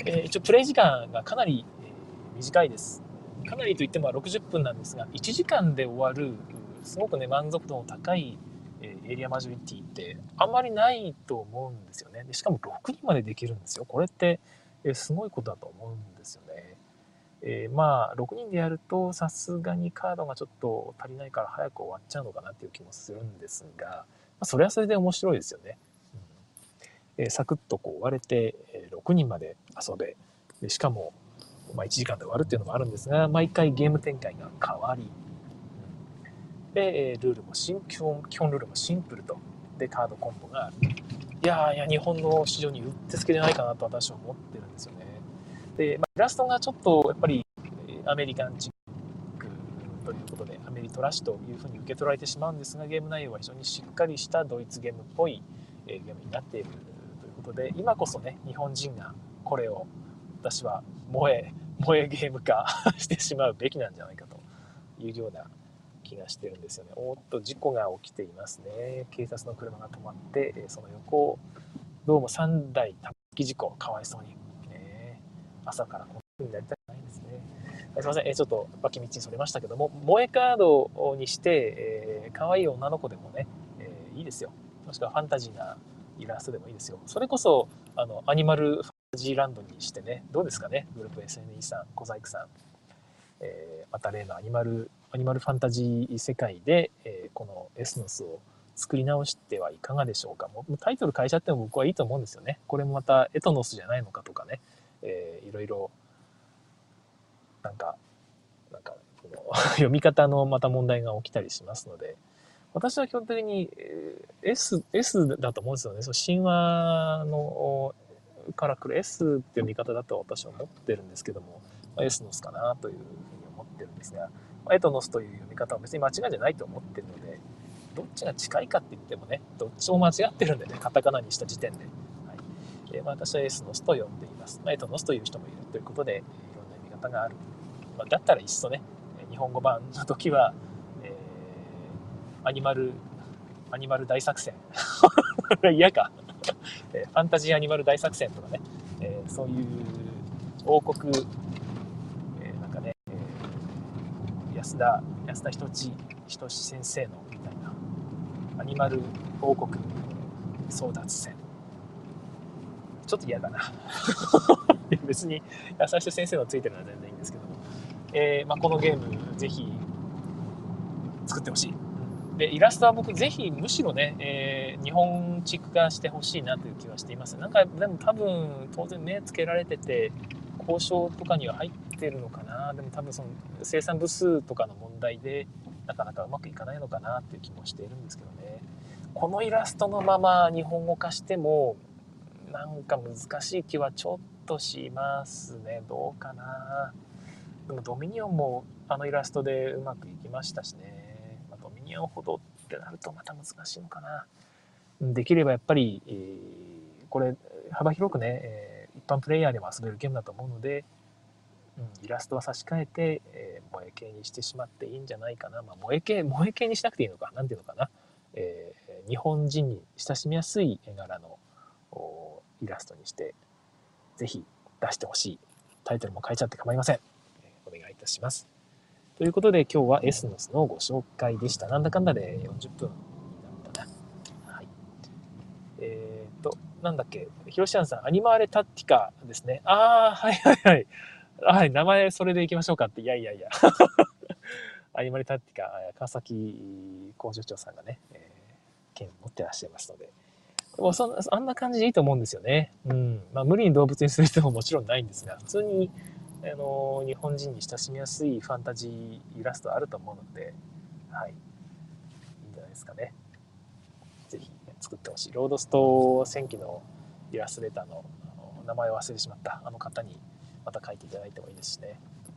えー、一応プレイ時間がかなり、えー、短いです。かなりといってもろくじゅっぷんなんですが、いちじかんで終わるすごくね満足度の高いエリアマジョリティってあんまりないと思うんですよね。でしかもろくにんまでできるんですよ。これってすごいことだと思うんですよね。えー、まあろくにんでやるとさすがにカードがちょっと足りないから早く終わっちゃうのかなっていう気もするんですが、まあ、それはそれで面白いですよね。うん、えー、サクッとこう割れて、えー、ろくにんまで遊べ、でしかも、まあ、いちじかんで終わるっていうのもあるんですが、毎回ゲーム展開が変わり、でルールもシン基本基本ルールもシンプルと、でカードコンボがある。いやいや日本の市場にうってつけじゃないかなと私は思ってるんですよね。で、まあ、イラストがちょっとやっぱりアメリカンチックということでアメリトラシというふうに受け取られてしまうんですが、ゲーム内容は非常にしっかりしたドイツゲームっぽいゲームになっているということで、今こそね日本人がこれを私は萌え萌えゲーム化してしまうべきなんじゃないかというような気がしてるんですよね。おっと事故が起きていますね。警察の車が止まってその横をどうもさんだい玉突き事故、かわいそうに、ね、朝からこんな風になりたくないですね。すいません、えちょっと脇道にそれましたけども、萌えカードにして、えー、可愛い女の子でもね、えー、いいですよ。もしくはファンタジーなイラストでもいいですよ。それこそあのアニマルファンタジーランドにしてね、どうですかね、グループ エスエヌイー さん、小細工さん、えー、また例のアニマルアニマルファンタジー世界で、えー、このエスノスを作り直してはいかがでしょうか。もうタイトル変えちゃっても僕はいいと思うんですよね。これもまたエトノスじゃないのかとかね、えー、いろいろなんかなんかこの読み方のまた問題が起きたりしますので、私は基本的に S, S だと思うんですよね。その神話のから来る S っていう読み方だと私は思ってるんですけども、エスノスかなというふうに思ってるんですが、エトノスという読み方は別に間違いじゃないと思ってるので、どっちが近いかって言ってもね、どっちも間違ってるんでね、カタカナにした時点で。はい、えー、まあ、私はエスノスと呼んでいます。まあ、エトノスという人もいるということで、いろんな読み方がある。まあ、だったらいっそね、日本語版の時は、えー、アニマル、アニマル大作戦。嫌か。ファンタジーアニマル大作戦とかね、えー、そういう王国、えー、なんかね、えー、安田、安田仁志先生のみたいな、アニマル王国争奪戦。ちょっと嫌だな。別に優しい先生のついてるのは全然いいんですけども、えーまあ、このゲームぜひ作ってほしい。でイラストは僕ぜひむしろね、えー、日本チック化してほしいなという気はしています。なんかでも多分当然目つけられてて交渉とかには入ってるのかな。でも多分その生産部数とかの問題でなかなかうまくいかないのかなっていう気もしているんですけどね。このイラストのまま日本語化してもなんか難しい気はちょっとしますね。どうかな。でもドミニオンもあのイラストでうまくいきましたしね、まあ、ドミニオンほどってなるとまた難しいのかな。できればやっぱり、えー、これ幅広くね、えー、一般プレイヤーでも遊べるゲームだと思うので、うん、イラストは差し替えて、えー、萌え系にしてしまっていいんじゃないかな。まあ、萌え系萌え系にしなくていいのか、なんていうのかな、えー、日本人に親しみやすい絵柄のイラストにしてぜひ出してほしい。タイトルも変えちゃって構いません。お願いいたします。ということで今日はエスノスのご紹介でした。なんだかんだでよんじゅっぷんになったな。はい。えっ、ー、と、なんだっけ、ヒロシアンさん、アニマーレタッティカですね。あー、はいはいはい。はい、名前それでいきましょうかって。いやいやいや。アニマーレタッティカ、川崎工場長さんがね、えー、剣を持ってらっしゃいますので。もそんあんな感じでいいと思うんですよね。うん。まあ、無理に動物にする必要ももちろんないんですが、普通にあの日本人に親しみやすいファンタジーイラストあると思うので、はい、いいんじゃないですかね。ぜひ作ってほしい。ロードスト戦記のイラストレーターの名前を忘れてしまったあの方にまた書いていただいてもいいですしね。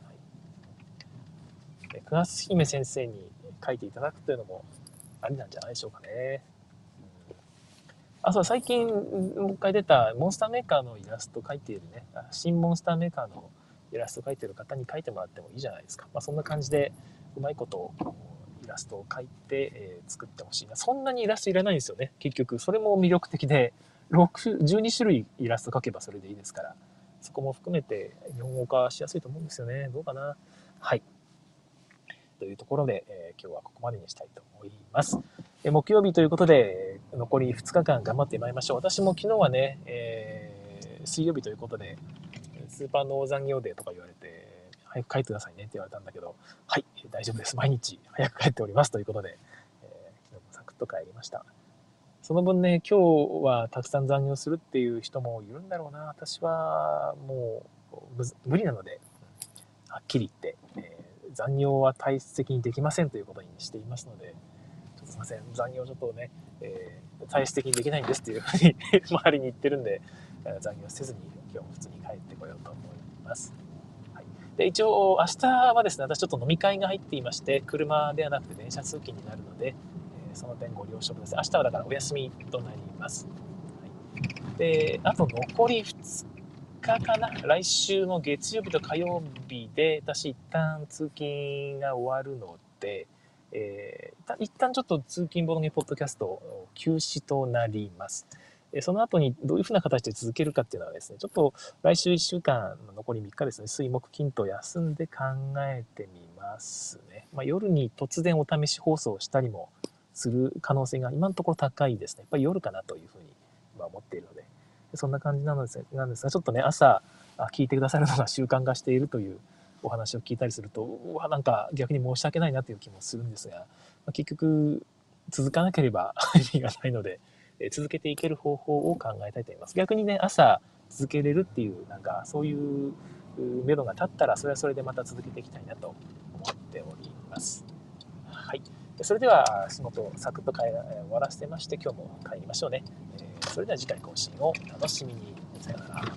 はい、九月姫先生に書いていただくというのもありなんじゃないでしょうかね。あ、そう、最近もう一回出たモンスターメーカーのイラスト描いているね、新モンスターメーカーのイラスト描いている方に描いてもらってもいいじゃないですか。まあ、そんな感じでうまいことイラストを描いて、えー、作ってほしいな。そんなにイラストいらないんですよね。結局それも魅力的で、じゅうに種類イラスト描けばそれでいいですから、そこも含めて日本語化しやすいと思うんですよね。どうかな。はい。というところで、えー、今日はここまでにしたいと思います。えー、木曜日ということで、残りふつかかん頑張ってまいりましょう。私も昨日はね、えー、水曜日ということで、スーパーノー残業デーとか言われて、早く帰ってくださいねって言われたんだけど、はい、大丈夫です。毎日早く帰っておりますということで、えー、昨日もサクッと帰りました。その分ね、今日はたくさん残業するっていう人もいるんだろうな。私はもう無理なので、はっきり言って、えー、残業は体質的にできませんということにしていますので、ちょっとすいません、残業ちょっとね、えー、体質的にできないんですっていうふうに周りに言ってるんで、残業せずに今日も普通に帰ってこようと思います。はい、で一応明日はですね、私ちょっと飲み会が入っていまして、車ではなくて電車通勤になるので、えー、その点ご了承ください。明日はだからお休みとなります。はい、であと残りふつかかな。来週の月曜日と火曜日で私一旦通勤が終わるので、えー、一旦ちょっと通勤ボドゲポッドキャスト休止となります。その後にどういうふうな形で続けるかっていうのはですね、ちょっと来週いっしゅうかんの残りみっかですね、水木金と休んで考えてみますね。まあ、夜に突然お試し放送したりもする可能性が今のところ高いですね。やっぱり夜かなというふうに今思っているので、そんな感じなのですなんですが、ちょっとね、朝聞いてくださるのが習慣化しているというお話を聞いたりすると、うわ、なんか逆に申し訳ないなという気もするんですが、まあ、結局続かなければ意味がないので、え続けていける方法を考えたいと思います。逆にね、朝続けれるっていう、なんかそういう目処が立ったら、それはそれでまた続けていきたいなと思っております。はい。それでは仕事をサクッと終わらせまして、今日も帰りましょうね。それでは次回更新をお楽しみに。さようなら。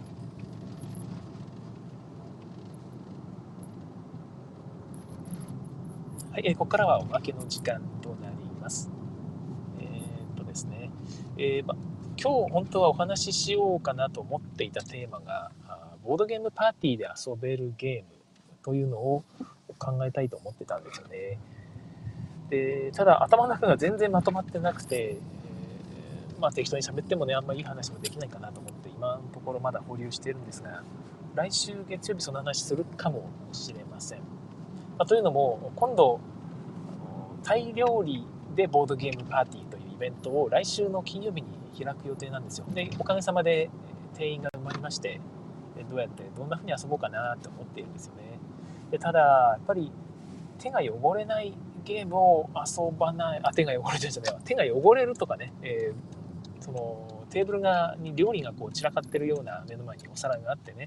はい、えー、ここからはおまけの時間となります。えー、っとですね、えーま、今日本当はお話ししようかなと思っていたテーマが、ボードゲームパーティーで遊べるゲームというのを考えたいと思ってたんですよね。で、ただ頭の中が全然まとまってなくて、えー、まあ適当に喋ってもね、あんまりいい話もできないかなと思って今のところまだ保留しているんですが、来週月曜日その話するかもしれません。まあ、というのも今度タイ料理でボードゲームパーティーというイベントを来週の金曜日に開く予定なんですよ。で、おかげさまで定員が埋まりまして、どうやってどんな風に遊ぼうかなと思っているんですよね。で、ただやっぱり手が汚れないゲームを遊ばない、あ、手が汚れてるじゃないわ、手が汚れるとかね、えー、そのテーブルがに料理がこう散らかってるような目の前にお皿があってね、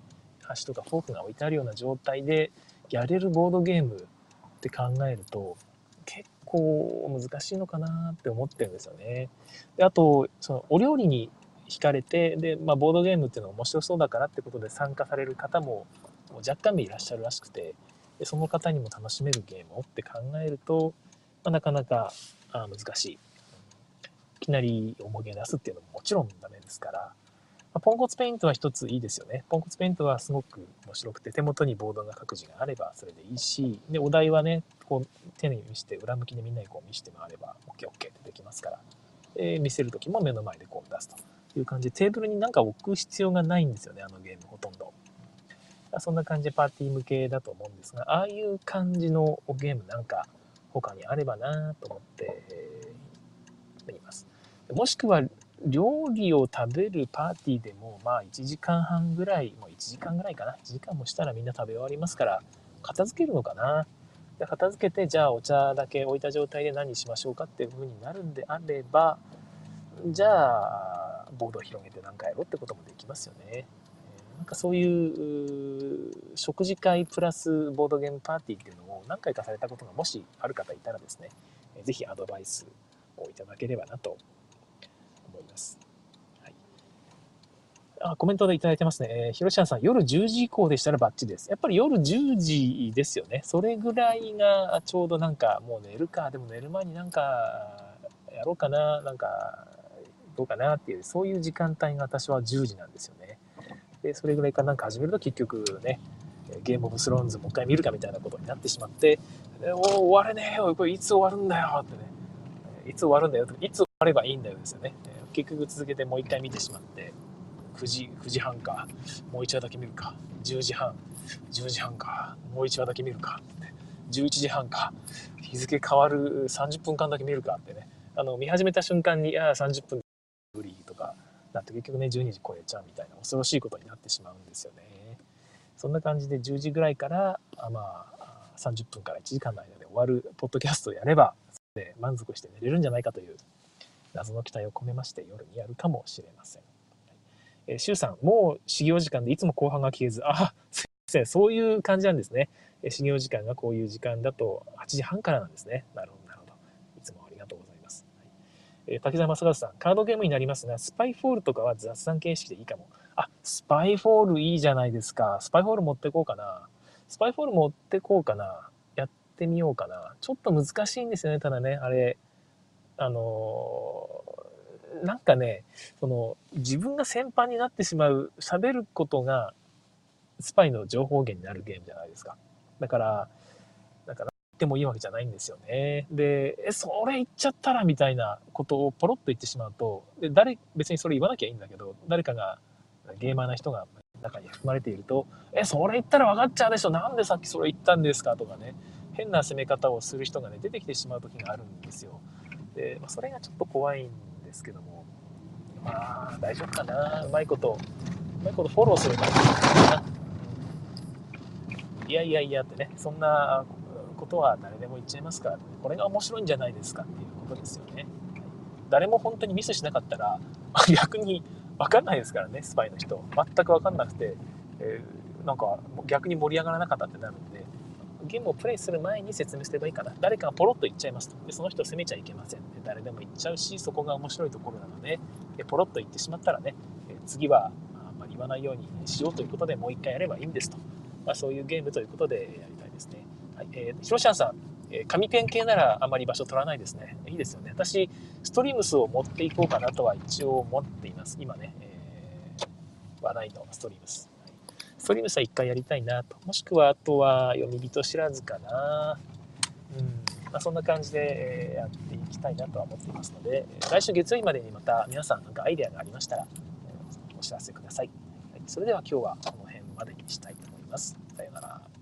箸とかフォークが置いてあるような状態でやれるボードゲームって考えると結構難しいのかなって思ってるんですよね。であとそのお料理に惹かれてで、まあ、ボードゲームっていうのが面白そうだからってことで参加される方も若干でいらっしゃるらしくて、でその方にも楽しめるゲームをって考えると、まあ、なかなか難しい。いきなり重げ出すっていうのももちろんダメですから、まあ、ポンコツペイントは一ついいですよね。ポンコツペイントはすごく面白くて、手元にボードが各自があればそれでいいし、でお題はねこう手に見せて裏向きでみんなにこう見せて回れば オーケーオーケー ってできますから、で見せる時も目の前でこう出すという感じで、テーブルに何か置く必要がないんですよね、あのゲームほとんど。そんな感じでパーティー向けだと思うんですが、ああいう感じのゲームなんか他にあればなと思っています。もしくは料理を食べるパーティーでもまあいちじかんはんぐらい、もういちじかんぐらいかな、いちじかんもしたらみんな食べ終わりますから片付けるのかな。で片付けてじゃあお茶だけ置いた状態で何しましょうかっていう風になるんであれば、じゃあボードを広げて何かやろうってこともできますよね。なんかそういう食事会プラスボードゲームパーティーっていうのを何回かされたことがもしある方いたらですね、ぜひアドバイスをいただければなと思います。はい、あコメントでいただいてますね。えー、ひろしあんさん、夜じゅうじ以降でしたらバッチリです。やっぱり夜じゅうじですよね。それぐらいがちょうどなんかもう寝るか、でも寝る前になんかやろうかな、なんかどうかなっていう、そういう時間帯が私はじゅうじなんですよね。でそれぐらいからなんか始めると結局ね、ゲームオブスローンズもう一回見るかみたいなことになってしまって、お終われねえよ、これいつ終わるんだよってね、いつ終わるんだよ、いつ終わればいいんだよですよね。結局続けてもう一回見てしまって、くじ、くじはんか、もういちわだけ見るか、じゅうじはん、じゅうじはんか、もういちわだけ見るかって、じゅういちじはんか、日付変わるさんじゅっぷんかんだけ見るかってね、あの見始めた瞬間に、ああ、さんじゅっぷん無理とか、なって結局ねじゅうにじ超えちゃうみたいな恐ろしいことになってしまうんですよね。そんな感じでじゅうじぐらいからあまあさんじゅっぷんからいちじかんの間で終わるポッドキャストをやればで満足して寝れるんじゃないかという謎の期待を込めまして夜にやるかもしれません。えー、シュウさん、もう始業時間でいつも後半が消えず、あすいません、そういう感じなんですね。えー、始業時間がこういう時間だとはちじはんからなんですね。なるほどなるほど。いつもありがとうございます。えー、滝沢正和さん、カードゲームになりますが、スパイフォールとかは雑談形式でいいかも。あ、スパイフォールいいじゃないですか。スパイフォール持ってこうかな。スパイフォール持ってこうかな。やってみようかな。ちょっと難しいんですよね、ただね、あれ。あのー、なんかね、その、自分が先般になってしまう、喋ることが、スパイの情報源になるゲームじゃないですか。だから、なんかってもいいわけじゃないんですよね。で、え、それ言っちゃったらみたいなことをポロッと言ってしまうと、で誰、別にそれ言わなきゃいいんだけど、誰かが、ゲーマーな人が中に含まれていると、え、それ言ったら分かっちゃうでしょ、なんでさっきそれ言ったんですかとかね、変な攻め方をする人がね、出てきてしまう時があるんですよ。で、まあ、それがちょっと怖いんですけども、まあ、大丈夫かな。うまいこと、うまいことフォローすればいいかな。いやいやいやってね、そんなことは誰でも言っちゃいますから、ね、これが面白いんじゃないですかっていうことですよね。誰も本当にミスしなかったら逆に分かんないですからね、スパイの人全く分かんなくて、えー、なんか逆に盛り上がらなかったってなるんで、ゲームをプレイする前に説明すればいいかな。誰かがポロッと言っちゃいますと。でその人を責めちゃいけません。で誰でも言っちゃうし、そこが面白いところなので、でポロッと言ってしまったらね、次はあんまり言わないようにしようということでもう一回やればいいんですと。まあ、そういうゲームということでやりたいですね。はい、えー、ヒロシャンさん、えー、紙ペン系ならあまり場所取らないですね。いいですよね。私、ストリームスを持っていこうかなとは一応思っています。今ね、えー、話題のストリームス。ストリームスは一回やりたいなと。もしくは、あとは読み人知らずかな。うん。まあ、そんな感じでやっていきたいなとは思っていますので、来週月曜日までにまた皆さんなんかアイデアがありましたら、お知らせください。はい、それでは今日はこの辺までにしたいと思います。さようなら。